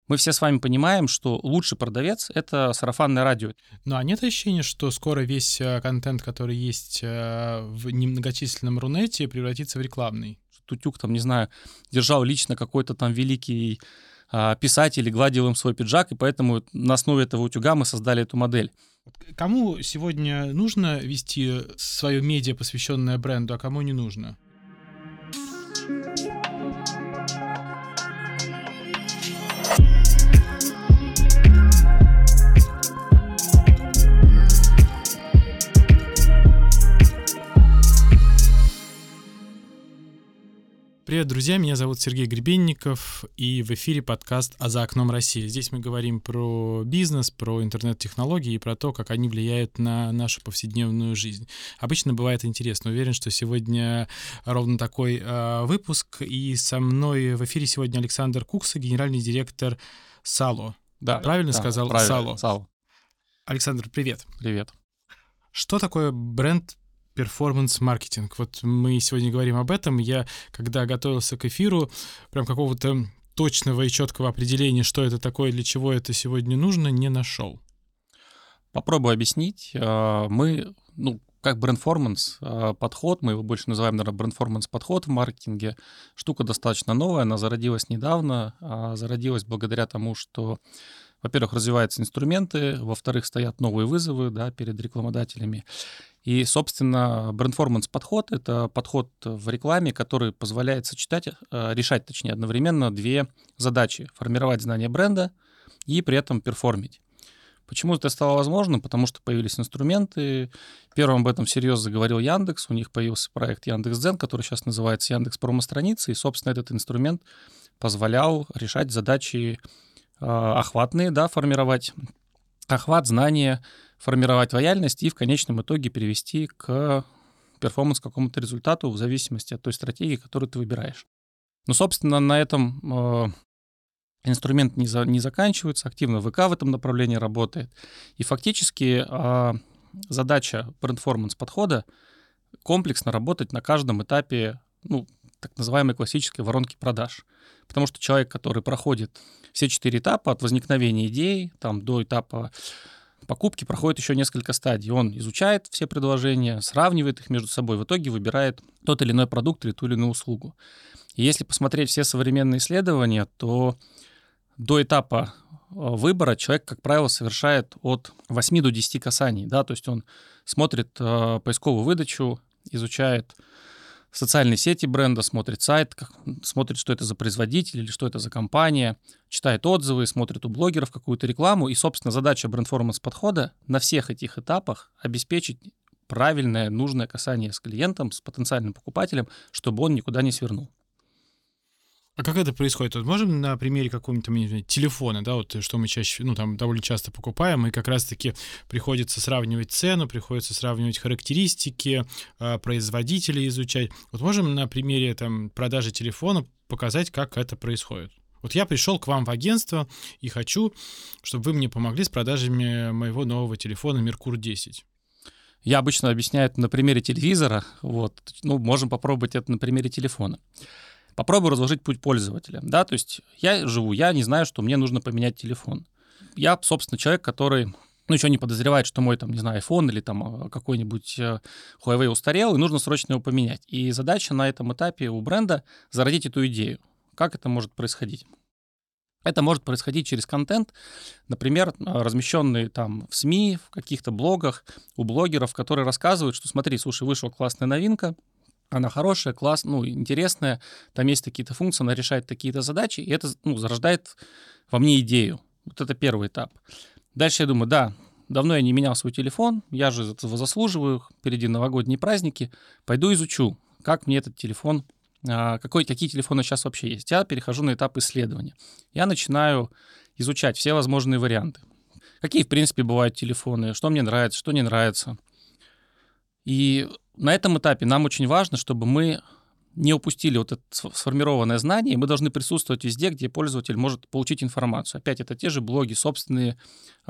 Мы все с вами понимаем, что лучший продавец — это сарафанное радио. Ну, а нет ощущения, что скоро весь контент, который есть в немногочисленном Рунете, превратится в рекламный? Тутюк, там, не знаю, держал лично какой-то там великий писатель и гладил им свой пиджак, и поэтому на основе этого утюга мы создали эту модель. Кому сегодня нужно вести свое медиа, посвященное бренду, а кому не нужно? Привет, друзья, меня зовут Сергей Гребенников, и в эфире подкаст «А за окном России». Здесь мы говорим про бизнес, про интернет-технологии и про то, как они влияют на нашу повседневную жизнь. Обычно бывает интересно. Уверен, что сегодня ровно такой выпуск, и со мной в эфире сегодня Александр Кукса, генеральный директор Salo. Да, правильно сказал? Правильно. Salo. Александр, привет. Привет. Что такое бренд перформанс-маркетинг? Вот мы сегодня говорим об этом. Я, когда готовился к эфиру, прям какого-то точного и четкого определения, что это такое, для чего это сегодня нужно, не нашел. Попробую объяснить. Мы, как брендформанс подход, мы его больше называем, наверное, брендформанс подход в маркетинге. Штука достаточно новая, она зародилась недавно, зародилась благодаря тому, что, во-первых, развиваются инструменты, во-вторых, стоят новые вызовы, перед рекламодателями. И, собственно, брендформанс-подход — это подход в рекламе, который позволяет решать одновременно две задачи: формировать знание бренда и при этом перформить. Почему это стало возможным? Потому что появились инструменты. Первым об этом серьезно заговорил Яндекс. У них появился проект Яндекс.Дзен, который сейчас называется Яндекс Промо-страницы. И, собственно, этот инструмент позволял решать задачи охватные, формировать охват, знания, формировать лояльность и в конечном итоге перевести к перформанс какому-то результату в зависимости от той стратегии, которую ты выбираешь. Но, собственно, на этом инструмент не заканчивается, активно ВК в этом направлении работает. И фактически задача брендформанс подхода — комплексно работать на каждом этапе, так называемой классической воронки продаж. Потому что человек, который проходит все 4 этапа от возникновения идеи до этапа покупки, проходит еще несколько стадий. Он изучает все предложения, сравнивает их между собой, в итоге выбирает тот или иной продукт или ту или иную услугу. И если посмотреть все современные исследования, то до этапа выбора человек, как правило, совершает от 8 до 10 касаний. То есть он смотрит поисковую выдачу, изучает социальные сети бренда, смотрит сайт, смотрит, что это за производитель или что это за компания, читает отзывы, смотрит у блогеров какую-то рекламу. И, собственно, задача брендформанс-подхода на всех этих этапах обеспечить правильное, нужное касание с клиентом, с потенциальным покупателем, чтобы он никуда не свернул. А как это происходит? Вот можем на примере какого-нибудь телефона, что мы чаще, довольно часто покупаем, и как раз-таки приходится сравнивать цену, приходится сравнивать характеристики, производителей изучать. Вот можем на примере продажи телефона показать, как это происходит? Вот я пришел к вам в агентство и хочу, чтобы вы мне помогли с продажами моего нового телефона Merkur 10. Я обычно объясняю это на примере телевизора, можем попробовать это на примере телефона. Попробую разложить путь пользователя. То есть я не знаю, что мне нужно поменять телефон. Я, собственно, человек, который еще не подозревает, что мой, iPhone или какой-нибудь Huawei устарел, и нужно срочно его поменять. И задача на этом этапе у бренда — зародить эту идею. Как это может происходить? Это может происходить через контент, например, размещенный в СМИ, в каких-то блогах, у блогеров, которые рассказывают, что смотри, слушай, вышла классная новинка, она хорошая, интересная, там есть какие-то функции, она решает такие-то задачи, и это зарождает во мне идею. Вот это первый этап. Дальше я думаю, давно я не менял свой телефон, я же этого заслуживаю, впереди новогодние праздники, пойду изучу, как мне этот телефон, какие телефоны сейчас вообще есть. Я перехожу на этап исследования. Я начинаю изучать все возможные варианты. Какие, в принципе, бывают телефоны, что мне нравится, что не нравится. И на этом этапе нам очень важно, чтобы мы не упустили это сформированное знание, и мы должны присутствовать везде, где пользователь может получить информацию. Опять это те же блоги, собственные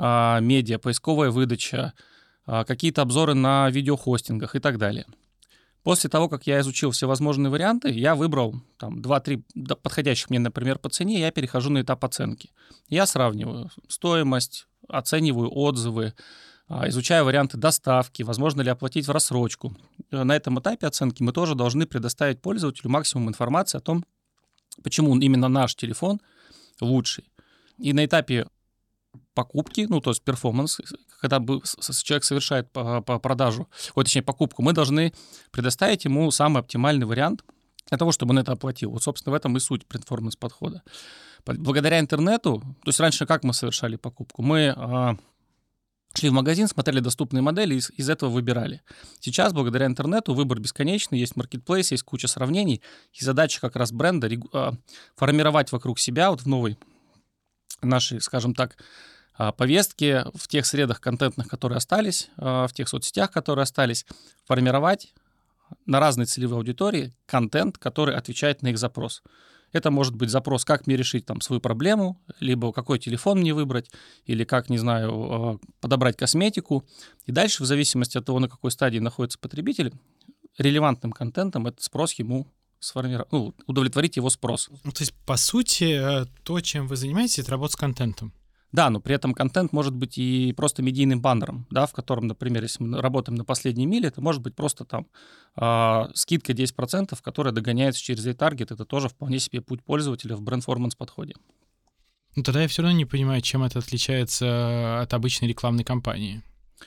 медиа, поисковая выдача, какие-то обзоры на видеохостингах и так далее. После того, как я изучил все возможные варианты, я выбрал там 2-3 подходящих мне, например, по цене, я перехожу на этап оценки. Я сравниваю стоимость, оцениваю отзывы, изучаю варианты доставки, возможно ли оплатить в рассрочку. На этом этапе оценки мы тоже должны предоставить пользователю максимум информации о том, почему именно наш телефон лучший. И на этапе покупки, ну, то есть перформанс, когда человек совершает по продажу, точнее, покупку, мы должны предоставить ему самый оптимальный вариант для того, чтобы он это оплатил. Вот, собственно, в этом и суть перформанс-подхода. Благодаря интернету, то есть раньше как мы совершали покупку? Мы шли в магазин, смотрели доступные модели, из этого выбирали. Сейчас, благодаря интернету, выбор бесконечный, есть маркетплейс, есть куча сравнений, и задача как раз бренда формировать вокруг себя вот в новой нашей, скажем так, повестке, в тех средах контентных, которые остались, в тех соцсетях, которые остались, формировать на разной целевой аудитории контент, который отвечает на их запрос. Это может быть запрос, как мне решить там свою проблему, либо какой телефон мне выбрать, или как, не знаю, подобрать косметику. И дальше, в зависимости от того, на какой стадии находится потребитель, релевантным контентом этот спрос ему удовлетворить его спрос. Ну, то есть, по сути, то, чем вы занимаетесь, это работа с контентом. Да, но при этом контент может быть и просто медийным баннером, да, в котором, например, если мы работаем на последней миле, это может быть просто там скидка 10%, которая догоняется через ретаргет. Это тоже вполне себе путь пользователя в бренд-форманс подходе. Ну, тогда я все равно не понимаю, чем это отличается от обычной рекламной кампании.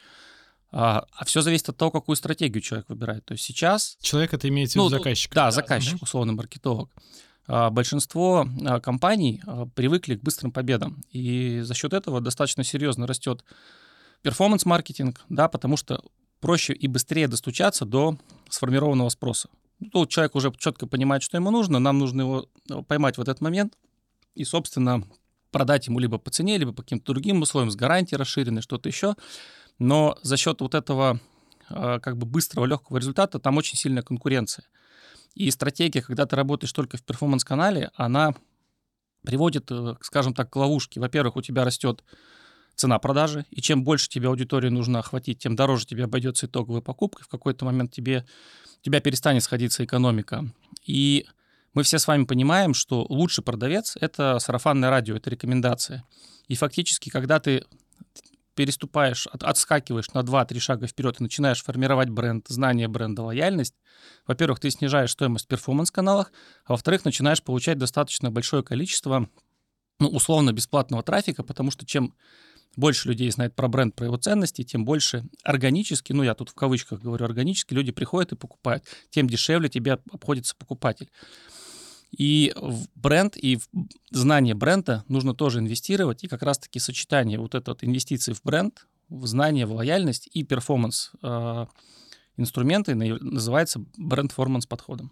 А все зависит от того, какую стратегию человек выбирает. То есть сейчас... Человек — это имеется в виду заказчик. Да, заказчик, условно, маркетолог. Большинство компаний привыкли к быстрым победам, и за счет этого достаточно серьезно растет перформанс-маркетинг, да, потому что проще и быстрее достучаться до сформированного спроса. Тут человек уже четко понимает, что ему нужно, нам нужно его поймать в этот момент и, собственно, продать ему либо по цене, либо по каким-то другим условиям, с гарантией расширенной, что-то еще. Но за счет вот этого как бы быстрого, легкого результата там очень сильная конкуренция. И стратегия, когда ты работаешь только в перформанс-канале, она приводит, скажем так, к ловушке. Во-первых, у тебя растет цена продажи, и чем больше тебе аудитории нужно охватить, тем дороже тебе обойдется итоговая покупка. В какой-то момент у тебя перестанет сходиться экономика. И мы все с вами понимаем, что лучший продавец — это сарафанное радио, это рекомендация. И фактически, когда ты переступаешь, отскакиваешь на 2-3 шага вперед и начинаешь формировать бренд, знание бренда, лояльность, во-первых, ты снижаешь стоимость в перформанс-каналах, а во-вторых, начинаешь получать достаточно большое количество, условно, бесплатного трафика, потому что чем больше людей знает про бренд, про его ценности, тем больше органически, я тут в кавычках говорю органически, люди приходят и покупают, тем дешевле тебе обходится покупатель. И в бренд, и в знание бренда нужно тоже инвестировать, и как раз-таки сочетание вот этой инвестиции в бренд, в знание, в лояльность и перформанс инструменты называется бренд-форманс подходом.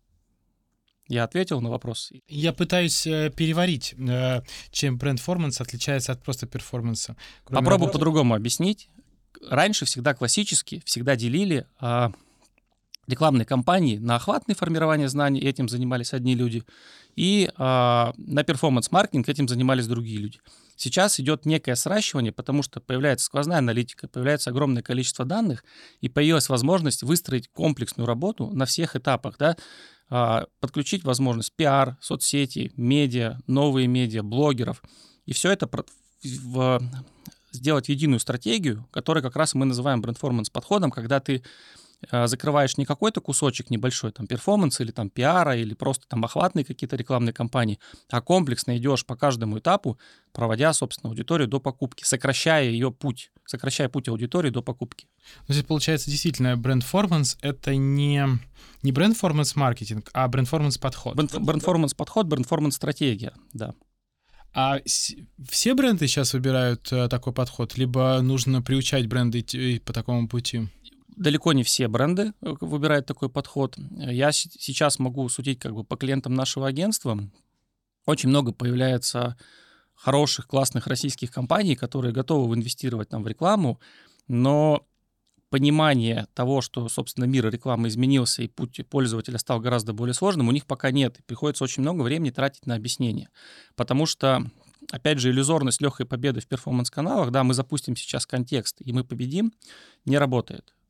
Я ответил на вопрос. Я пытаюсь переварить, чем бренд-форманс отличается от просто перформанса. Попробую по-другому объяснить. Раньше всегда классически, всегда делили рекламные кампании на охватное формирование знаний, этим занимались одни люди, и на перформанс-маркетинг этим занимались другие люди. Сейчас идет некое сращивание, потому что появляется сквозная аналитика, появляется огромное количество данных, и появилась возможность выстроить комплексную работу на всех этапах, да, подключить возможность пиар, соцсети, медиа, новые медиа, блогеров, и все это сделать в единую стратегию, которую как раз мы называем бренд-форманс подходом, когда ты закрываешь не какой-то кусочек небольшой, там, перформанса или там пиара, или просто там охватные какие-то рекламные кампании, а комплексно идешь по каждому этапу, проводя, собственно, аудиторию до покупки, сокращая путь аудитории до покупки. То есть, получается, действительно, бренд-форманс — это не бренд-форманс-маркетинг, а бренд-форманс-подход. Бренд-форманс-подход, бренд-форманс-стратегия, да. А все бренды сейчас выбирают такой подход, либо нужно приучать бренды идти по такому пути? Далеко не все бренды выбирают такой подход. Я сейчас могу судить как бы по клиентам нашего агентства. Очень много появляется хороших, классных российских компаний, которые готовы инвестировать в рекламу, но понимание того, что, собственно, мир рекламы изменился и путь пользователя стал гораздо более сложным, у них пока нет. И приходится очень много времени тратить на объяснение. Потому что, опять же, иллюзорность легкой победы в перформанс-каналах, да, мы запустим сейчас контекст, и мы победим, не работает.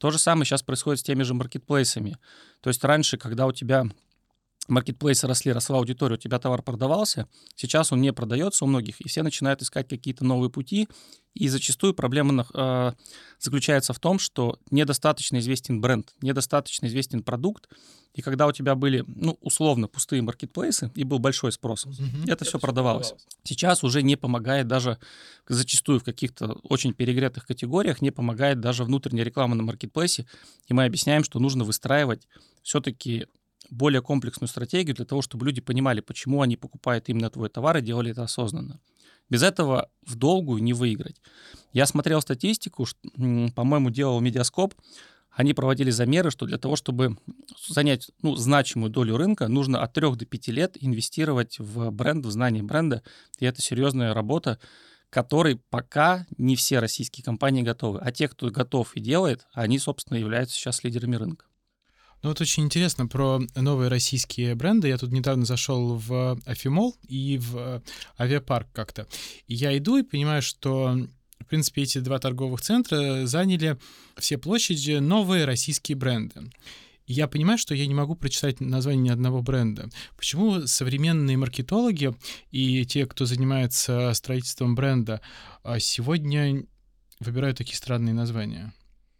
То же самое сейчас происходит с теми же маркетплейсами. То есть раньше, когда у тебя маркетплейсы росла аудитория, у тебя товар продавался, сейчас он не продается у многих, и все начинают искать какие-то новые пути, и зачастую проблема заключается в том, что недостаточно известен бренд, недостаточно известен продукт, и когда у тебя были, условно, пустые маркетплейсы, и был большой спрос, это все продавалось. Сейчас уже не помогает даже, зачастую в каких-то очень перегретых категориях, не помогает даже внутренняя реклама на маркетплейсе, и мы объясняем, что нужно выстраивать все-таки более комплексную стратегию для того, чтобы люди понимали, почему они покупают именно твой товар и делали это осознанно. Без этого в долгую не выиграть. Я смотрел статистику, по-моему, делал Медиаскоп. Они проводили замеры, что для того, чтобы занять значимую долю рынка, нужно от 3 до 5 лет инвестировать в бренд, в знание бренда. И это серьезная работа, к которой пока не все российские компании готовы. А те, кто готов и делает, они, собственно, являются сейчас лидерами рынка. Ну вот очень интересно про новые российские бренды. Я тут недавно зашел в Афимолл и в Авиапарк как-то. И я иду и понимаю, что, в принципе, эти два торговых центра заняли все площади новые российские бренды. И я понимаю, что я не могу прочитать название ни одного бренда. Почему современные маркетологи и те, кто занимается строительством бренда, сегодня выбирают такие странные названия?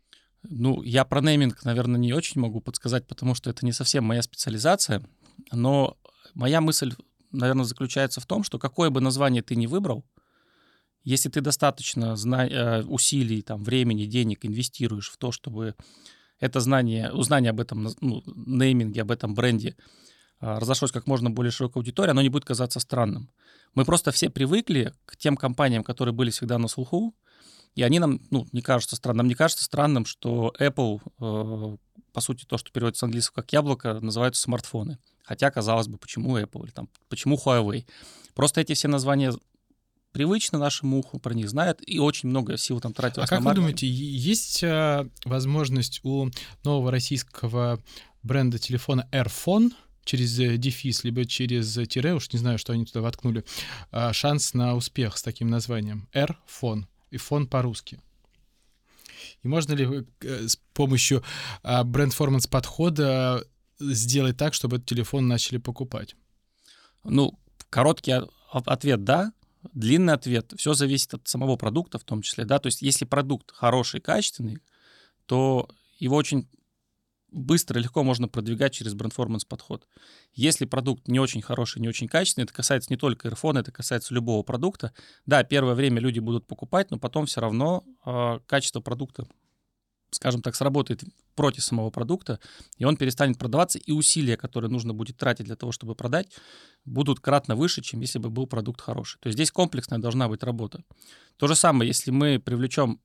Я про нейминг, наверное, не очень могу подсказать, потому что это не совсем моя специализация, но моя мысль, наверное, заключается в том, что какое бы название ты ни выбрал, если ты достаточно усилий, времени, денег инвестируешь в то, чтобы это узнание об этом нейминге, об этом бренде разошлось как можно более широкой аудитории, оно не будет казаться странным. Мы просто все привыкли к тем компаниям, которые были всегда на слуху, и они нам, не кажутся странным. Нам не кажется странным, что Apple, по сути, то, что переводится с английского как яблоко, называются смартфоны. Хотя, казалось бы, почему Apple или почему Huawei. Просто эти все названия привычны нашему уху, про них знают, и очень много сил там тратилось на маркетинг. А как вы думаете, есть возможность у нового российского бренда телефона AirPhone через дефис, либо через тире, уж не знаю, что они туда воткнули, шанс на успех с таким названием? AirPhone. И фон по-русски. И можно ли с помощью бренд-форманс подхода сделать так, чтобы этот телефон начали покупать? Короткий ответ — да. Длинный ответ — все зависит от самого продукта в том числе, да. То есть если продукт хороший, качественный, то его очень быстро и легко можно продвигать через бренд-форманс подход. Если продукт не очень хороший, не очень качественный, это касается не только Airphone, это касается любого продукта. Да, первое время люди будут покупать, но потом все равно качество продукта, скажем так, сработает против самого продукта, и он перестанет продаваться, и усилия, которые нужно будет тратить для того, чтобы продать, будут кратно выше, чем если бы был продукт хороший. То есть здесь комплексная должна быть работа. То же самое, если мы привлечем,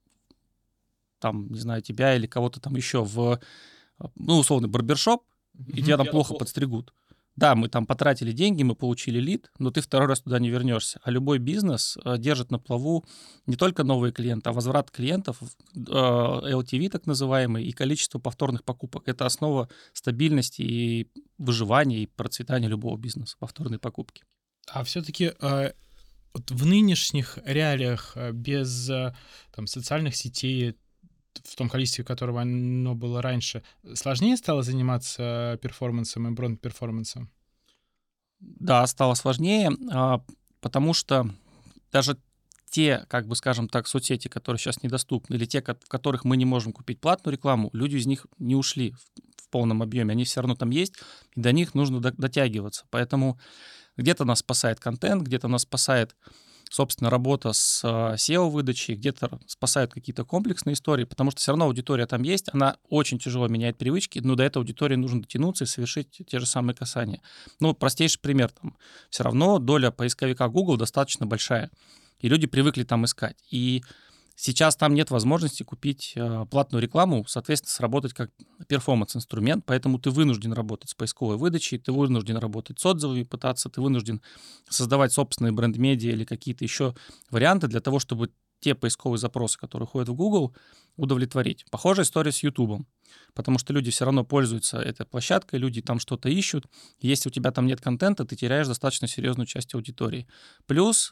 тебя или кого-то там еще в условный барбершоп, и тебя там плохо подстригут. Да, мы там потратили деньги, мы получили лид, но ты второй раз туда не вернешься. А любой бизнес держит на плаву не только новые клиенты, а возврат клиентов, LTV так называемый, и количество повторных покупок. Это основа стабильности и выживания, и процветания любого бизнеса, повторные покупки. А все-таки в нынешних реалиях без социальных сетей, в том количестве, которого оно было раньше, сложнее стало заниматься перформансом и бренд-перформансом? Да, стало сложнее, потому что даже те, скажем так, соцсети, которые сейчас недоступны, или те, в которых мы не можем купить платную рекламу, люди из них не ушли в полном объеме, они все равно там есть, и до них нужно дотягиваться. Поэтому где-то нас спасает контент, где-то нас спасает, собственно, работа с SEO-выдачей, где-то спасают какие-то комплексные истории, потому что все равно аудитория там есть, она очень тяжело меняет привычки, но до этой аудитории нужно дотянуться и совершить те же самые касания. Простейший пример, все равно доля поисковика Google достаточно большая, и люди привыкли там искать. И сейчас там нет возможности купить платную рекламу, соответственно, сработать как перформанс-инструмент, поэтому ты вынужден работать с поисковой выдачей, ты вынужден работать с отзывами, пытаться, ты вынужден создавать собственные бренд-медиа или какие-то еще варианты для того, чтобы те поисковые запросы, которые ходят в Google, удовлетворить. Похожая история с YouTube, потому что люди все равно пользуются этой площадкой, люди там что-то ищут. Если у тебя там нет контента, ты теряешь достаточно серьезную часть аудитории. Плюс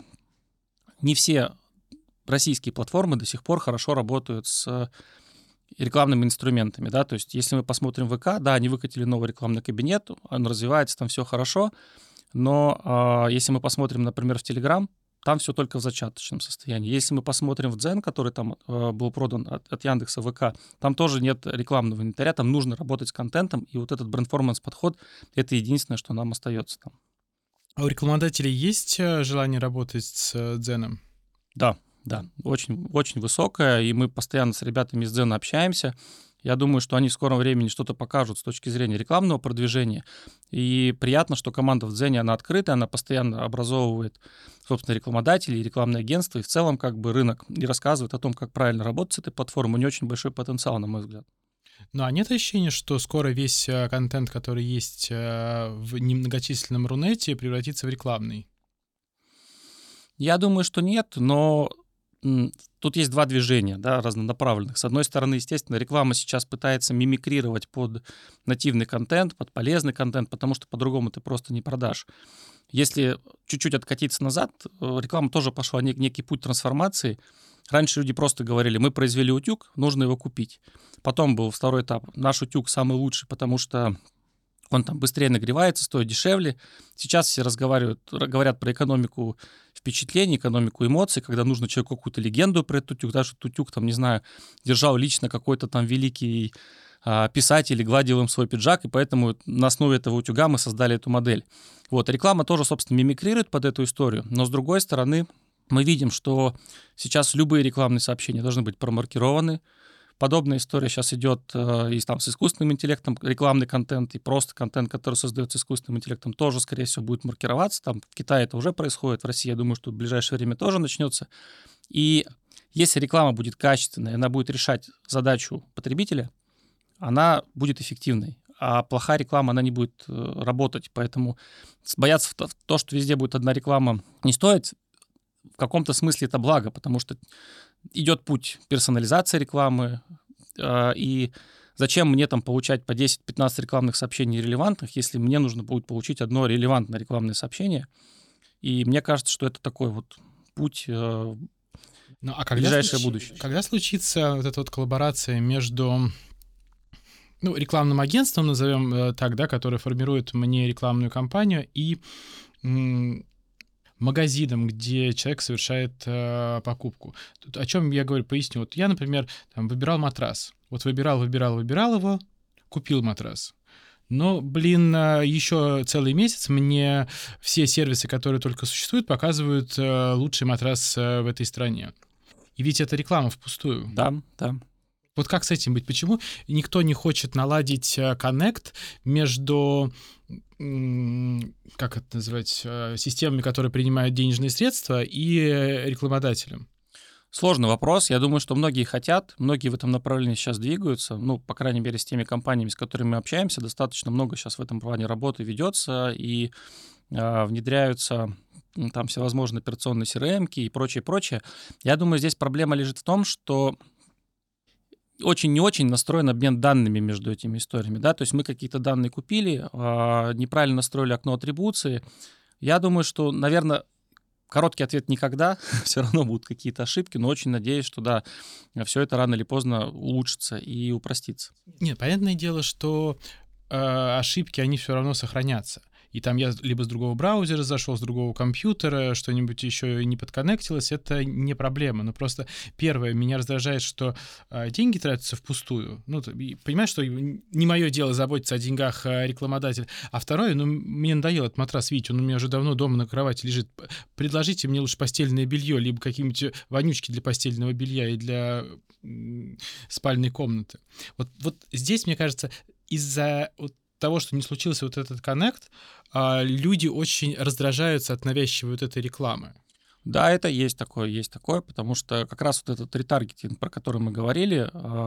не все российские платформы до сих пор хорошо работают с рекламными инструментами, да, то есть если мы посмотрим ВК, да, они выкатили новый рекламный кабинет, он развивается, там все хорошо, но если мы посмотрим, например, в Telegram, там все только в зачаточном состоянии. Если мы посмотрим в Дзен, который там был продан от Яндекса ВК, там тоже нет рекламного инвентаря, там нужно работать с контентом, и вот этот бренд-перформанс подход — это единственное, что нам остается там. А у рекламодателей есть желание работать с Дзеном? Да, да, очень, очень высокая, и мы постоянно с ребятами из Дзена общаемся. Я думаю, что они в скором времени что-то покажут с точки зрения рекламного продвижения. И приятно, что команда в Дзене, она открытая, она постоянно образовывает, собственно, рекламодателей, и рекламные агентства, и в целом как бы рынок, и рассказывает о том, как правильно работать с этой платформой. У нее очень большой потенциал, на мой взгляд. Ну, а нет ощущения, что скоро весь контент, который есть в немногочисленном Рунете, превратится в рекламный? Я думаю, что нет, но тут есть два движения, да, разнонаправленных. С одной стороны, естественно, реклама сейчас пытается мимикрировать под нативный контент, под полезный контент, потому что по-другому ты просто не продашь. Если чуть-чуть откатиться назад, реклама тоже пошла некий путь трансформации. Раньше люди просто говорили: мы произвели утюг, нужно его купить. Потом был второй этап: наш утюг самый лучший, потому что он там быстрее нагревается, стоит дешевле. Сейчас все говорят про экономику впечатлений, экономику эмоций, когда нужно человеку какую-то легенду про этот утюг, даже утюг, там, не знаю, держал лично какой-то там великий писатель и гладил им свой пиджак, и поэтому на основе этого утюга мы создали эту модель. Вот, реклама тоже, собственно, мимикрирует под эту историю, но с другой стороны, мы видим, что сейчас любые рекламные сообщения должны быть промаркированы. Подобная история сейчас идет и там с искусственным интеллектом, рекламный контент, и просто контент, который создается искусственным интеллектом, тоже, скорее всего, будет маркироваться. Там в Китае это уже происходит, в России, я думаю, что в ближайшее время тоже начнется. И если реклама будет качественной, она будет решать задачу потребителя, она будет эффективной. А плохая реклама, она не будет работать. Поэтому бояться в то, что везде будет одна реклама, не стоит. В каком-то смысле это благо, потому что идет путь персонализации рекламы, и зачем мне там получать по 10-15 рекламных сообщений релевантных, если мне нужно будет получить одно релевантное рекламное сообщение. И мне кажется, что это такой вот путь в ближайшее будущее. Когда случится вот эта вот коллаборация между рекламным агентством, назовем так, да, которое формирует мне рекламную кампанию, и магазином, где человек совершает покупку. Тут, о чем я говорю, поясню. Вот я, например, там, выбирал матрас. Вот выбирал его, купил матрас. Но, еще целый месяц мне все сервисы, которые только существуют, показывают лучший матрас в этой стране. И ведь это реклама впустую. Да, да. Вот как с этим быть? Почему никто не хочет наладить коннект между, как это назвать, системами, которые принимают денежные средства, и рекламодателем? Сложный вопрос. Я думаю, что многие хотят, многие в этом направлении сейчас двигаются. Ну, по крайней мере, с теми компаниями, с которыми мы общаемся, достаточно много сейчас в этом плане работы ведется, и внедряются там всевозможные операционные CRM-ки и прочее. Я думаю, здесь проблема лежит в том, что очень не очень настроен обмен данными между этими историями, да, то есть мы какие-то данные купили, неправильно настроили окно атрибуции. Я думаю, что, наверное, короткий ответ — никогда, все равно будут какие-то ошибки, но очень надеюсь, что да, все это рано или поздно улучшится и упростится. Нет, понятное дело, что ошибки, они все равно сохранятся. И там я либо с другого браузера зашел, с другого компьютера, что-нибудь еще не подконнектилось, это не проблема. Но просто первое, меня раздражает, что деньги тратятся впустую. Ну, понимаешь, что не мое дело заботиться о деньгах рекламодателя. А второе, мне надоел этот матрас, видите, он у меня уже давно дома на кровати лежит. Предложите мне лучше постельное белье, либо какие-нибудь вонючки для постельного белья и для спальной комнаты. Вот здесь, мне кажется, из-за того, что не случился вот этот коннект, люди очень раздражаются от навязчивой вот этой рекламы. Да, это есть такое, потому что как раз вот этот ретаргетинг, про который мы говорили,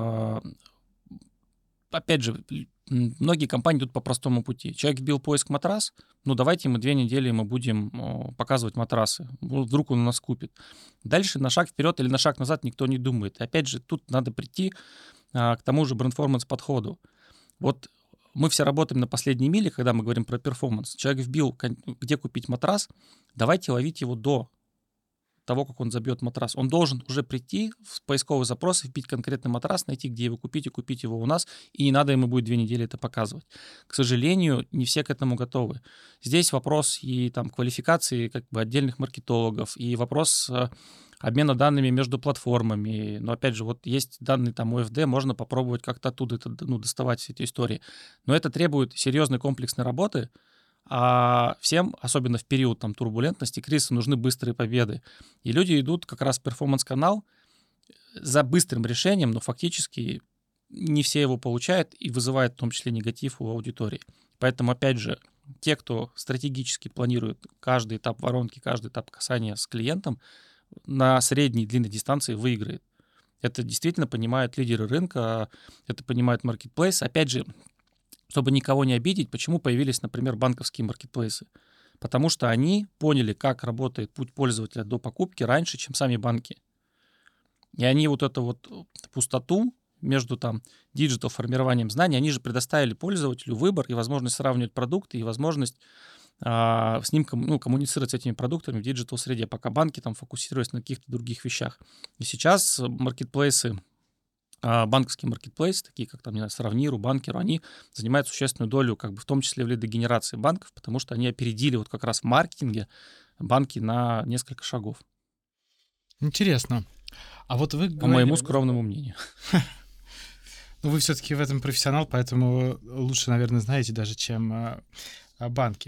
опять же, многие компании идут по простому пути. Человек вбил поиск матрас, давайте мы 2 недели мы будем показывать матрасы. Вдруг он у нас купит. Дальше на шаг вперед или на шаг назад никто не думает. И опять же, тут надо прийти к тому же бренд-перформанс подходу. Вот мы все работаем на последней миле, когда мы говорим про перформанс. Человек вбил, где купить матрас, давайте ловить его до того, как он забьет матрас. Он должен уже прийти в поисковый запрос, вбить конкретный матрас, найти, где его купить, и купить его у нас, и не надо ему будет 2 недели это показывать. К сожалению, не все к этому готовы. Здесь вопрос и там квалификации как бы отдельных маркетологов, и вопрос обмена данными между платформами. Но опять же, вот есть данные там ОФД, можно попробовать как-то оттуда доставать все эти истории. Но это требует серьезной комплексной работы, а всем, особенно в период там турбулентности, кризиса, нужны быстрые победы. И люди идут как раз в перформанс-канал за быстрым решением, но фактически не все его получают и вызывает в том числе негатив у аудитории. Поэтому, опять же, те, кто стратегически планирует каждый этап воронки, каждый этап касания с клиентом, на средней и длинной дистанции выиграет. Это действительно понимают лидеры рынка, это понимают маркетплейсы. Опять же, чтобы никого не обидеть, почему появились, например, банковские маркетплейсы? Потому что они поняли, как работает путь пользователя до покупки раньше, чем сами банки. И они вот эту вот пустоту между там диджитал-формированием знаний, они же предоставили пользователю выбор и возможность сравнивать продукты, и возможность с ним коммуницировать с этими продуктами в диджитал-среде, пока банки там фокусируются на каких-то других вещах. И сейчас маркетплейсы, банковские маркетплейсы, такие как там, не знаю, Сравниру, Банкеру, они занимают существенную долю, как бы в том числе в лидогенерации банков, потому что они опередили вот как раз в маркетинге банки на несколько шагов. Интересно. А вот вы По моему скромному мнению. Ну, вы все-таки в этом профессионал, поэтому лучше, наверное, знаете даже, чем банки.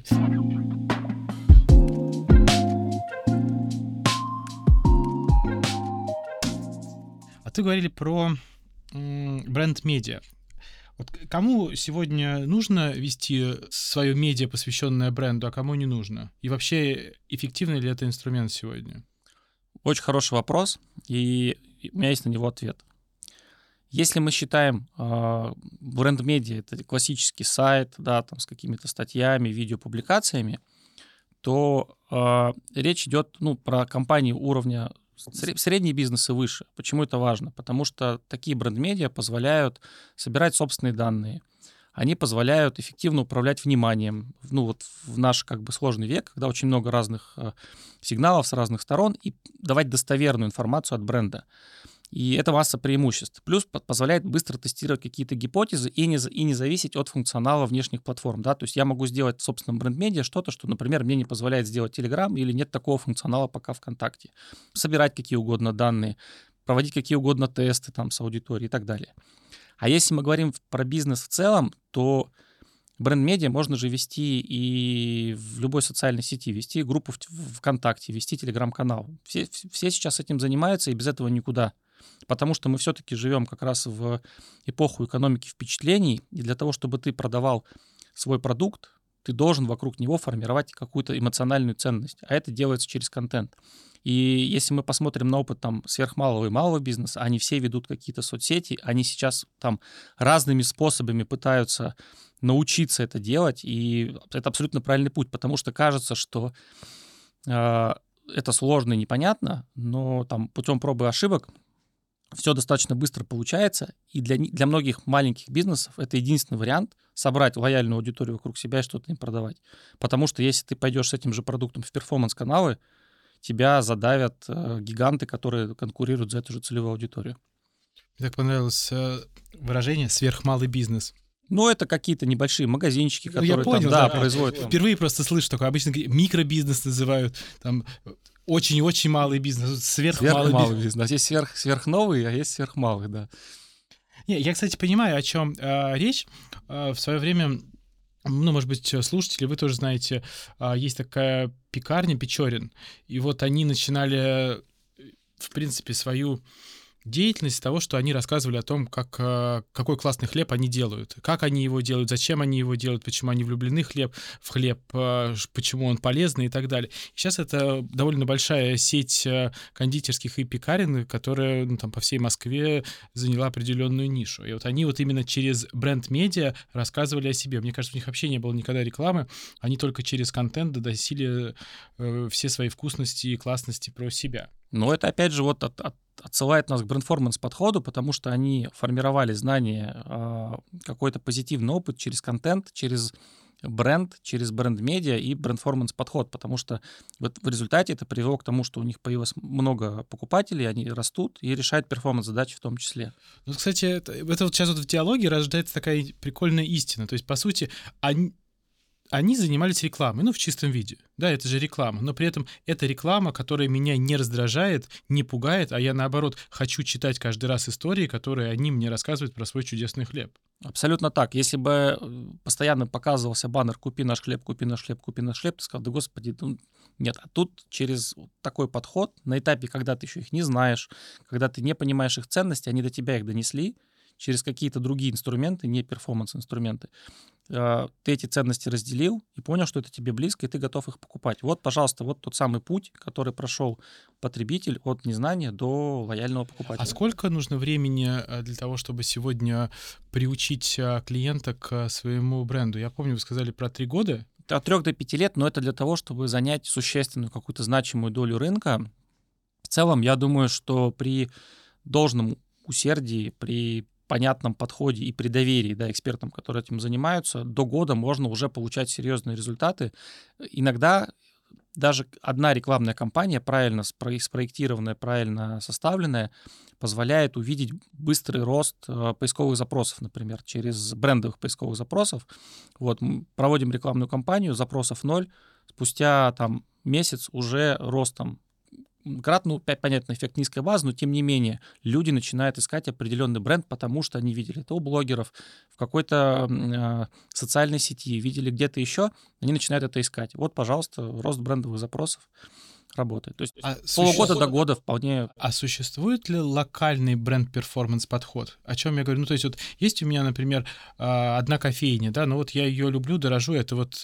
А ты говорили про бренд-медиа. Вот кому сегодня нужно вести свое медиа, посвященное бренду, а кому не нужно? И вообще, эффективный ли это инструмент сегодня? Очень хороший вопрос, и у меня есть на него ответ. Если мы считаем бренд-медиа, это классический сайт, да, там с какими-то статьями, видеопубликациями, то речь идет про компании уровня средний бизнес и выше. Почему это важно? Потому что такие бренд-медиа позволяют собирать собственные данные. Они позволяют эффективно управлять вниманием. Вот в наш как бы сложный век, когда очень много разных сигналов с разных сторон, и давать достоверную информацию от бренда. И это масса преимуществ. Плюс позволяет быстро тестировать какие-то гипотезы и не зависеть от функционала внешних платформ. Да? То есть я могу сделать в собственном бренд-медиа что-то, что, например, мне не позволяет сделать Telegram или нет такого функционала пока ВКонтакте. Собирать какие угодно данные, проводить какие угодно тесты там, с аудиторией и так далее. А если мы говорим про бизнес в целом, то бренд-медиа можно же вести и в любой социальной сети, вести группу в ВКонтакте, вести Telegram-канал. Все сейчас этим занимаются, и без этого никуда. Потому что мы все-таки живем как раз в эпоху экономики впечатлений, и для того, чтобы ты продавал свой продукт, ты должен вокруг него формировать какую-то эмоциональную ценность, а это делается через контент. И если мы посмотрим на опыт там сверхмалого и малого бизнеса, они все ведут какие-то соцсети, они сейчас там разными способами пытаются научиться это делать, и это абсолютно правильный путь, потому что кажется, что это сложно и непонятно, но там путем пробы и ошибок все достаточно быстро получается, и для многих маленьких бизнесов это единственный вариант собрать лояльную аудиторию вокруг себя и что-то им продавать. Потому что если ты пойдешь с этим же продуктом в перформанс-каналы, тебя задавят гиганты, которые конкурируют за эту же целевую аудиторию. Мне так понравилось выражение «сверхмалый бизнес». Ну, это какие-то небольшие магазинчики, которые я понял, там, производят. Впервые просто слышу такое. Обычно микробизнес называют, там очень-очень малый бизнес, сверхмалый бизнес. Есть сверхновый, а есть сверхмалый, да. Не, я, кстати, понимаю, о чем речь. В свое время, может быть, слушатели, вы тоже знаете, есть такая пекарня Печорин, и вот они начинали, в принципе, свою деятельность с того, что они рассказывали о том, какой классный хлеб они делают, как они его делают, зачем они его делают, почему они влюблены в хлеб, почему он полезный и так далее. Сейчас это довольно большая сеть кондитерских и пекарен, которая там по всей Москве заняла определенную нишу. И вот они вот именно через бренд-медиа рассказывали о себе. Мне кажется, у них вообще не было никогда рекламы, они только через контент доносили все свои вкусности и классности про себя. Но это, опять же, вот отсылает нас к брендформанс подходу, потому что они формировали знания, какой-то позитивный опыт через контент, через бренд через бренд-медиа и бренд-форманс-подход, потому что вот в результате это привело к тому, что у них появилось много покупателей, они растут и решают перформанс-задачи в том числе. Ну, кстати, это вот сейчас вот в диалоге рождается такая прикольная истина. То есть, по сути, они занимались рекламой, ну, в чистом виде. Да, это же реклама. Но при этом это реклама, которая меня не раздражает, не пугает, а я, наоборот, хочу читать каждый раз истории, которые они мне рассказывают про свой чудесный хлеб. Абсолютно так. Если бы постоянно показывался баннер «Купи наш хлеб, купи наш хлеб, купи наш хлеб», ты сказал: да господи, ну, нет. А тут через такой подход, на этапе, когда ты еще их не знаешь, когда ты не понимаешь их ценности, они до тебя их донесли, через какие-то другие инструменты, не перформанс-инструменты, ты эти ценности разделил и понял, что это тебе близко, и ты готов их покупать. Вот, пожалуйста, вот тот самый путь, который прошел потребитель от незнания до лояльного покупателя. А сколько нужно времени для того, чтобы сегодня приучить клиента к своему бренду? Я помню, вы сказали про 3 года. От 3 до 5 лет, но это для того, чтобы занять существенную какую-то значимую долю рынка. В целом, я думаю, что при должном усердии, при понятном подходе и при доверии, да, экспертам, которые этим занимаются, до года можно уже получать серьезные результаты. Иногда даже одна рекламная кампания, правильно спроектированная, правильно составленная, позволяет увидеть быстрый рост поисковых запросов, например, через брендовых поисковых запросов. Вот, мы проводим рекламную кампанию, запросов 0, спустя там месяц уже ростом кратно, понятно, эффект низкой базы, но тем не менее люди начинают искать определенный бренд, потому что они видели это у блогеров, в какой-то социальной сети, видели где-то еще, они начинают это искать. Вот, пожалуйста, рост брендовых запросов работает. То есть полгода до года вполне... А существует ли локальный бренд-перформанс-подход? О чем я говорю? Ну, то есть вот есть у меня, например, одна кофейня, да, но вот я ее люблю, дорожу, это вот...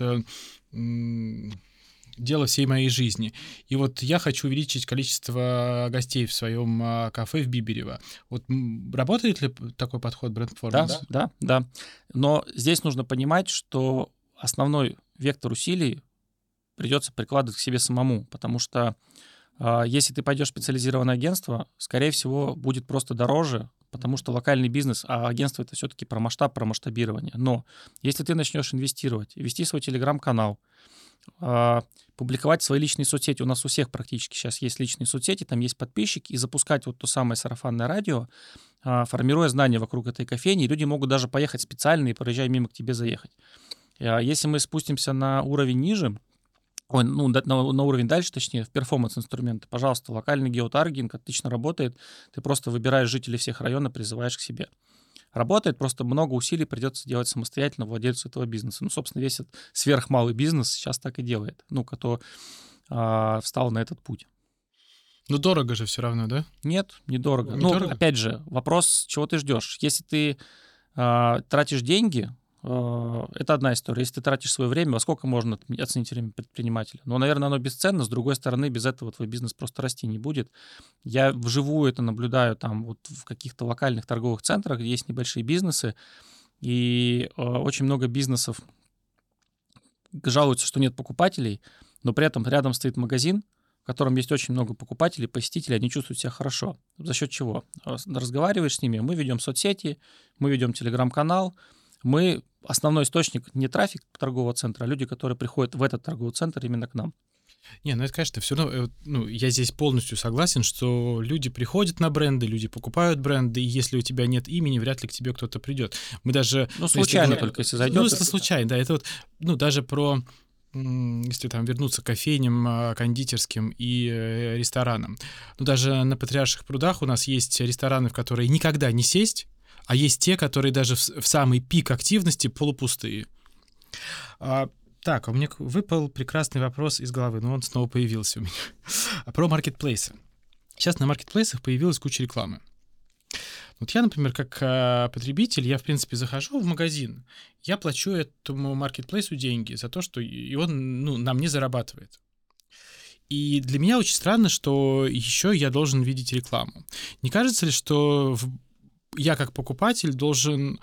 дело всей моей жизни. И вот я хочу увеличить количество гостей в своем кафе в Биберево. Вот работает ли такой подход бренд-перформанс? Да. Но здесь нужно понимать, что основной вектор усилий придется прикладывать к себе самому, потому что если ты пойдешь в специализированное агентство, скорее всего, будет просто дороже, потому что локальный бизнес, а агентство — это все-таки про масштаб, про масштабирование. Но если ты начнешь инвестировать, вести свой телеграм-канал, публиковать свои личные соцсети. У нас у всех практически сейчас есть личные соцсети, там есть подписчики, и запускать вот то самое сарафанное радио, формируя знания вокруг этой кофейни, люди могут даже поехать специально и, проезжая мимо, к тебе заехать. Если мы спустимся на уровень ниже, на уровень дальше, точнее, в перформанс-инструменты, пожалуйста, локальный геотаргетинг отлично работает, ты просто выбираешь жителей всех районов, призываешь к себе. Работает, просто много усилий придется делать самостоятельно владельцу этого бизнеса. Ну, собственно, весь этот сверхмалый бизнес сейчас так и делает, кто встал на этот путь. Ну, дорого же все равно, да? Нет, недорого. Недорого? Опять же, вопрос, чего ты ждешь. Если ты тратишь деньги, это одна история. Если ты тратишь свое время, во сколько можно оценить время предпринимателя? Наверное, оно бесценно. С другой стороны, без этого твой бизнес просто расти не будет. Я вживую это наблюдаю там вот в каких-то локальных торговых центрах, где есть небольшие бизнесы, и очень много бизнесов жалуются, что нет покупателей, но при этом рядом стоит магазин, в котором есть очень много покупателей, посетителей, они чувствуют себя хорошо. За счет чего? Разговариваешь с ними, мы ведем соцсети, мы ведем телеграм-канал, мы основной источник не трафик торгового центра, а люди, которые приходят в этот торговый центр именно к нам. Не, это, конечно, все равно, я здесь полностью согласен, что люди приходят на бренды, люди покупают бренды, и если у тебя нет имени, вряд ли к тебе кто-то придет. Мы даже... случайно только, если зайдет. Если случайно, да, это вот, даже про... Если там вернуться к кофейням, кондитерским и ресторанам. Даже на Патриарших прудах у нас есть рестораны, в которые никогда не сесть, а есть те, которые даже в самый пик активности полупустые. Так, у меня выпал прекрасный вопрос из головы, но он снова появился у меня. Про маркетплейсы. Сейчас на маркетплейсах появилась куча рекламы. Вот я, например, как потребитель, я, в принципе, захожу в магазин, я плачу этому маркетплейсу деньги за то, что и он на мне зарабатывает. И для меня очень странно, что еще я должен видеть рекламу. Не кажется ли, что я как покупатель должен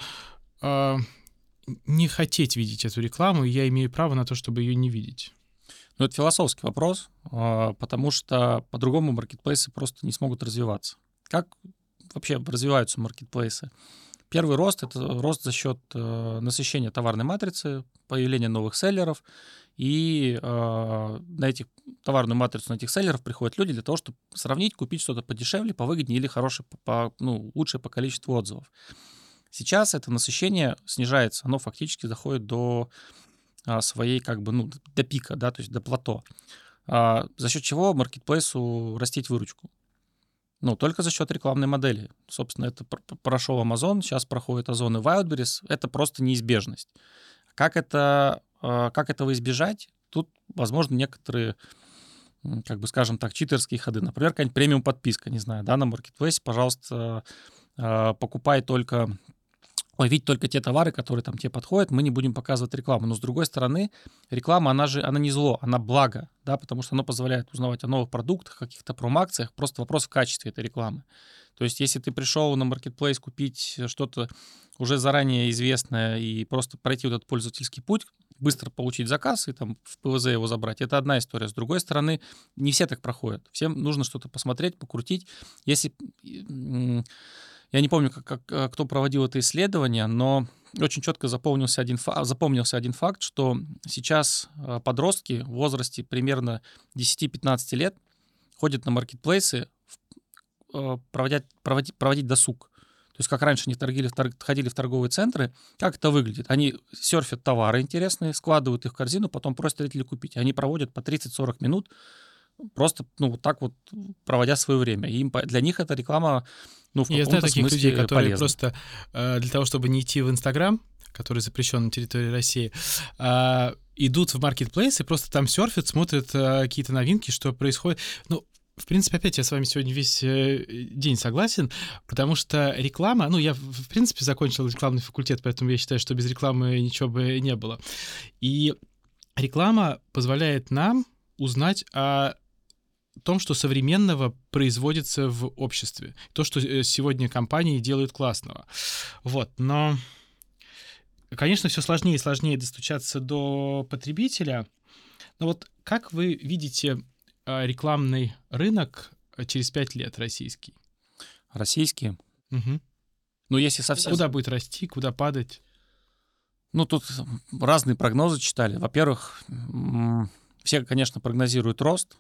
не хотеть видеть эту рекламу, и я имею право на то, чтобы ее не видеть? Это философский вопрос, потому что по-другому маркетплейсы просто не смогут развиваться. Как вообще развиваются маркетплейсы? Первый рост — это рост за счет насыщения товарной матрицы, появления новых селлеров, и на этих товарную матрицу на этих селлеров приходят люди для того, чтобы сравнить, купить что-то подешевле, повыгоднее или хорошее, лучшее по количеству отзывов. Сейчас это насыщение снижается, оно фактически доходит до своей до пика, да, то есть до плато. За счет чего маркетплейсу растить выручку? Только за счет рекламной модели. Собственно, это прошел Amazon, сейчас проходит Озон и Wildberries. Это просто неизбежность. Как этого избежать? Тут, возможно, некоторые, скажем так, читерские ходы. Например, какая-нибудь премиум-подписка, не знаю, да, на маркетплейсе, пожалуйста, покупай только... видеть только те товары, которые там тебе подходят, мы не будем показывать рекламу. Но, с другой стороны, реклама, она не зло, она благо, да, потому что она позволяет узнавать о новых продуктах, каких-то промо-акциях, просто вопрос в качестве этой рекламы. То есть, если ты пришел на маркетплейс купить что-то уже заранее известное и просто пройти вот этот пользовательский путь, быстро получить заказ и там в ПВЗ его забрать, это одна история. С другой стороны, не все так проходят. Всем нужно что-то посмотреть, покрутить. Если... Я не помню, кто проводил это исследование, но очень четко запомнился один факт, что сейчас подростки в возрасте примерно 10-15 лет ходят на маркетплейсы проводить досуг. То есть как раньше они ходили в торговые центры, как это выглядит? Они серфят товары интересные, складывают их в корзину, потом просят зрителей купить. Они проводят по 30-40 минут, просто, вот так вот, проводя свое время. И для них эта реклама, в каком-то Я знаю таких смысле людей, которые полезна. просто для того, чтобы не идти в Инстаграм, который запрещен на территории России, идут в маркетплейс и просто там серфят, смотрят какие-то новинки, что происходит. В принципе, опять я с вами сегодня весь день согласен, потому что реклама... я, в принципе, закончил рекламный факультет, поэтому я считаю, что без рекламы ничего бы не было. И реклама позволяет нам узнать о том, что современного производится в обществе. То, что сегодня компании делают классного. Но, конечно, все сложнее и сложнее достучаться до потребителя. Но как вы видите рекламный рынок через 5 лет российский? Российский? Угу. Если совсем... Куда будет расти, куда падать? Тут разные прогнозы читали. Во-первых, все, конечно, прогнозируют рост.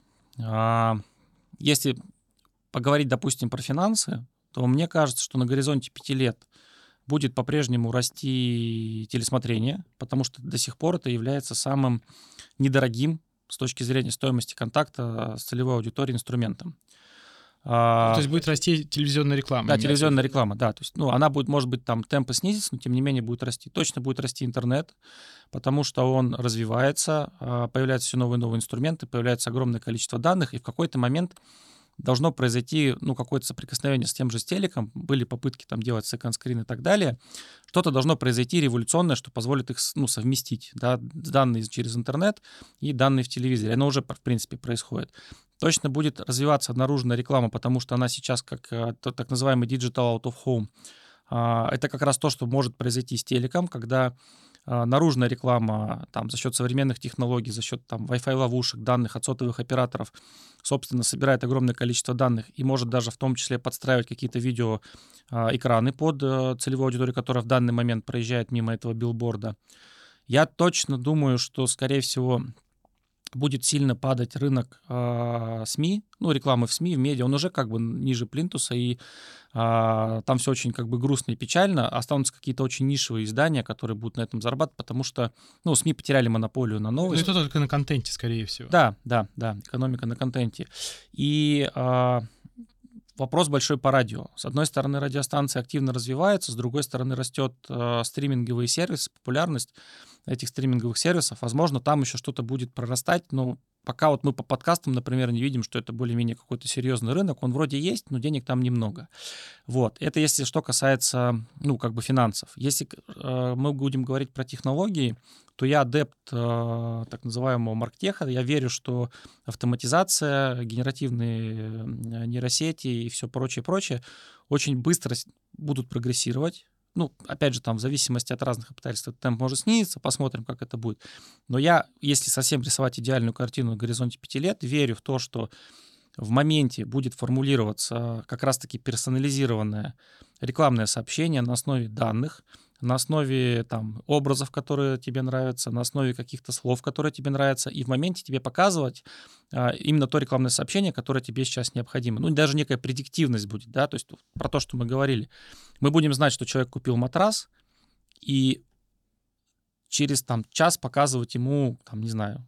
Если поговорить, допустим, про финансы, то мне кажется, что на горизонте 5 лет будет по-прежнему расти телесмотрение, потому что до сих пор это является самым недорогим с точки зрения стоимости контакта с целевой аудиторией инструментом. То есть будет расти телевизионная реклама? Да, телевизионная реклама, да. То есть, она будет, может быть, там темпы снизится, но тем не менее будет расти. Точно будет расти интернет, потому что он развивается, появляются все новые и новые инструменты, появляется огромное количество данных, и в какой-то момент должно произойти, какое-то соприкосновение с тем же телеком, были попытки там делать секонд-скрин и так далее, что-то должно произойти революционное, что позволит их, совместить, да, данные через интернет и данные в телевизоре. Оно уже, в принципе, происходит. Точно будет развиваться наружная реклама, потому что она сейчас как так называемый digital out of home. Это как раз то, что может произойти с телеком, когда наружная реклама за счет современных технологий, за счет Wi-Fi ловушек, данных от сотовых операторов, собственно, собирает огромное количество данных и может даже в том числе подстраивать какие-то видеоэкраны под целевую аудиторию, которая в данный момент проезжает мимо этого билборда. Я точно думаю, что, скорее всего, будет сильно падать рынок СМИ, рекламы в СМИ, в медиа, он уже ниже плинтуса, и там все очень грустно и печально. Останутся какие-то очень нишевые издания, которые будут на этом зарабатывать, потому что СМИ потеряли монополию на новости. Это только на контенте, скорее всего. Да, экономика на контенте. И вопрос большой по радио. С одной стороны, радиостанции активно развиваются, с другой стороны, растет стриминговые сервисы, популярность этих стриминговых сервисов. Возможно, там еще что-то будет прорастать, но пока мы по подкастам, например, не видим, что это более-менее какой-то серьезный рынок. Он вроде есть, но денег там немного. Это если что касается, финансов. Если мы будем говорить про технологии, то я адепт так называемого марктеха. Я верю, что автоматизация, генеративные нейросети и все прочее очень быстро будут прогрессировать. Опять же, в зависимости от разных обстоятельств этот темп может снизиться, посмотрим, как это будет. Но я, если совсем рисовать идеальную картину на горизонте 5 лет, верю в то, что в моменте будет формулироваться как раз-таки персонализированное рекламное сообщение на основе данных, на основе там образов, которые тебе нравятся, на основе каких-то слов, которые тебе нравятся, и в моменте тебе показывать именно то рекламное сообщение, которое тебе сейчас необходимо. Ну, даже некая предиктивность будет, да, то есть про то, что мы говорили. Мы будем знать, что человек купил матрас, и через там час показывать ему, там, не знаю,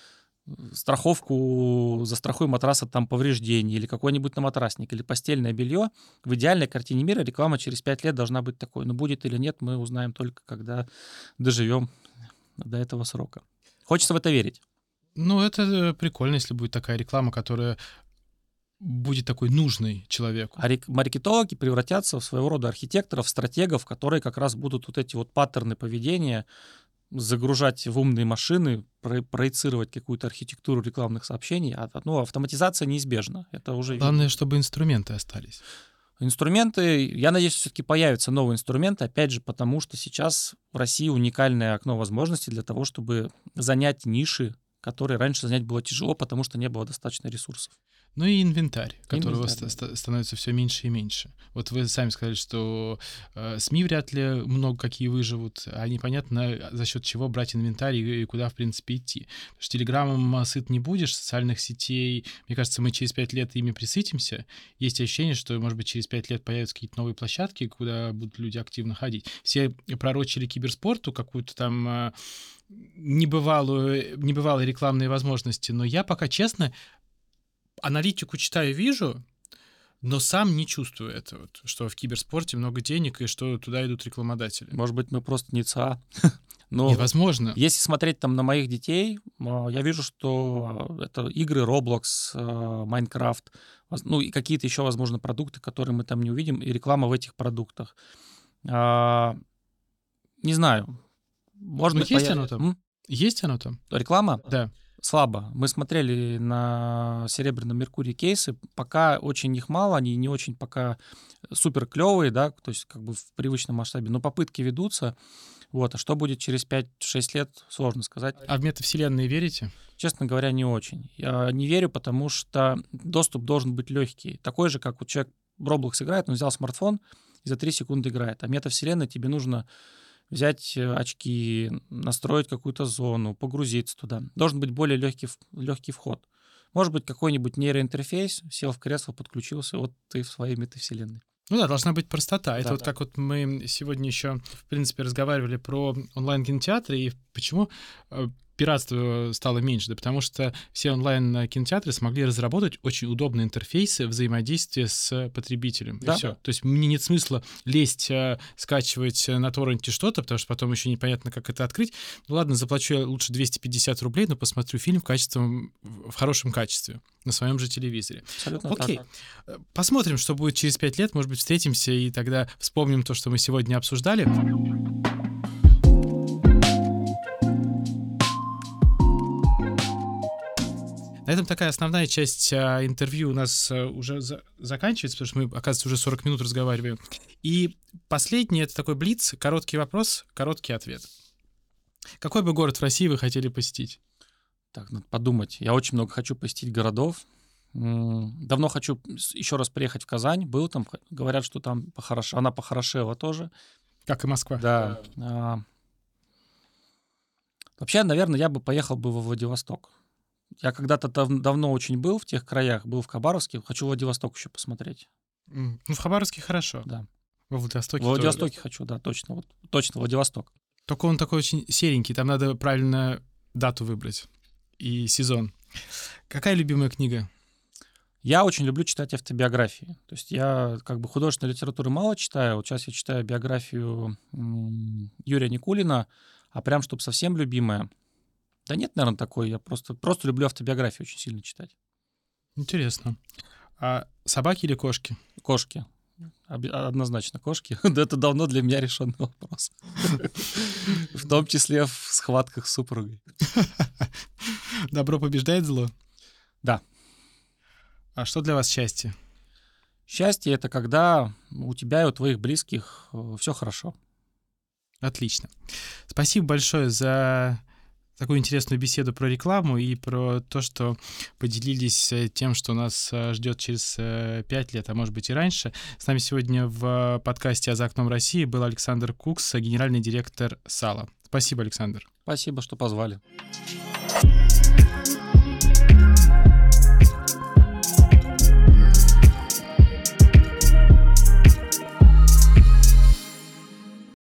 страховку, застрахуй матрас от там повреждений, или какой-нибудь на матрасник, или постельное белье. В идеальной картине мира реклама через 5 лет должна быть такой. Но будет или нет, мы узнаем только, когда доживем до этого срока. Хочется в это верить. Ну, это прикольно, если будет такая реклама, которая будет такой нужной человеку. А маркетологи превратятся в своего рода архитекторов, стратегов, которые как раз будут вот эти вот паттерны поведения загружать в умные машины, проецировать какую-то архитектуру рекламных сообщений. Ну, автоматизация неизбежна. Это уже Главное, чтобы инструменты остались. Инструменты, я надеюсь, все-таки появятся новые инструменты, опять же, потому что сейчас в России уникальное окно возможностей для того, чтобы занять ниши, которые раньше занять было тяжело, потому что не было достаточно ресурсов. Ну и инвентарь, которого становится все меньше и меньше. Вот вы сами сказали, что СМИ вряд ли много какие выживут, а непонятно, за счет чего брать инвентарь и куда, в принципе, идти. Потому что телеграммом сыт не будешь, социальных сетей, мне кажется, мы через 5 лет ими присытимся. Есть ощущение, что, может быть, через 5 лет появятся какие-то новые площадки, куда будут люди активно ходить. Все пророчили киберспорту, какую-то там небывалые рекламные возможности, но я пока, честно, аналитику читаю, вижу, но сам не чувствую этого, что в киберспорте много денег и что туда идут рекламодатели. Может быть, мы просто не ЦА. Но невозможно. Если смотреть там на моих детей, я вижу, что это игры Roblox, Minecraft, ну и какие-то еще, возможно, продукты, которые мы там не увидим, и реклама в этих продуктах. Не знаю. Может быть, есть оно там? Есть оно там? Реклама? Да. Слабо. Мы смотрели на Серебряном Меркурии кейсы, пока очень их мало, они не очень пока супер клевые, да, то есть как бы в привычном масштабе, но попытки ведутся. Вот. А что будет через 5-6 лет, сложно сказать. А в метавселенные верите? Честно говоря, не очень. Я не верю, потому что доступ должен быть легкий. Такой же, как вот человек в Roblox играет, он взял смартфон и за 3 секунды играет. А метавселенная тебе нужно взять очки, настроить какую-то зону, погрузиться туда. Должен быть более легкий вход. Может быть, какой-нибудь нейроинтерфейс, сел в кресло, подключился, вот ты в своей метавселенной. Ну да, должна быть простота. Это вот как вот мы сегодня еще, в принципе, разговаривали про онлайн-кинотеатры и почему пиратства стало меньше, да потому что все онлайн-кинотеатры смогли разработать очень удобные интерфейсы взаимодействия с потребителем. Да. И все. То есть мне нет смысла лезть, скачивать на торренте что-то, потому что потом еще непонятно, как это открыть. Ну ладно, заплачу я лучше 250 рублей, но посмотрю фильм в хорошем качестве на своем же телевизоре. Абсолютно окей. Так. Посмотрим, что будет через 5 лет. Может быть, встретимся и тогда вспомним то, что мы сегодня обсуждали. На этом такая основная часть интервью у нас уже заканчивается, потому что мы, оказывается, уже 40 минут разговариваем. И последний — это такой блиц, короткий вопрос, короткий ответ. Какой бы город в России вы хотели посетить? Так, надо подумать. Я очень много хочу посетить городов. Давно хочу еще раз приехать в Казань. Был там, говорят, что там она похорошела тоже. Как и Москва. Да. Вообще, наверное, я бы поехал бы во Владивосток. Я когда-то давно очень был в тех краях, был в Хабаровске, хочу Владивосток еще посмотреть. Ну, в Хабаровске хорошо. Да. Во Владивостоке Во Владивостоке хочу, да, точно. Точно, Владивосток. Только он такой очень серенький, там надо правильно дату выбрать и сезон. Какая любимая книга? Я очень люблю читать автобиографии. То есть я как бы художественной литературы мало читаю. Вот сейчас я читаю биографию Юрия Никулина, а прям, чтобы совсем любимая. Да нет, наверное, такой. Я просто люблю автобиографию очень сильно читать. Интересно. А собаки или кошки? Кошки. Однозначно кошки. Да это давно для меня решенный вопрос. В том числе в схватках с супругой. Добро побеждает зло? Да. А что для вас счастье? Счастье — это когда у тебя и у твоих близких все хорошо. Отлично. Спасибо большое за такую интересную беседу про рекламу и про то, что поделились тем, что нас ждет через 5 лет, а может быть и раньше. С нами сегодня в подкасте «А за окном России» был Александр Кукс, генеральный директор САЛА. Спасибо, Александр. Спасибо, что позвали.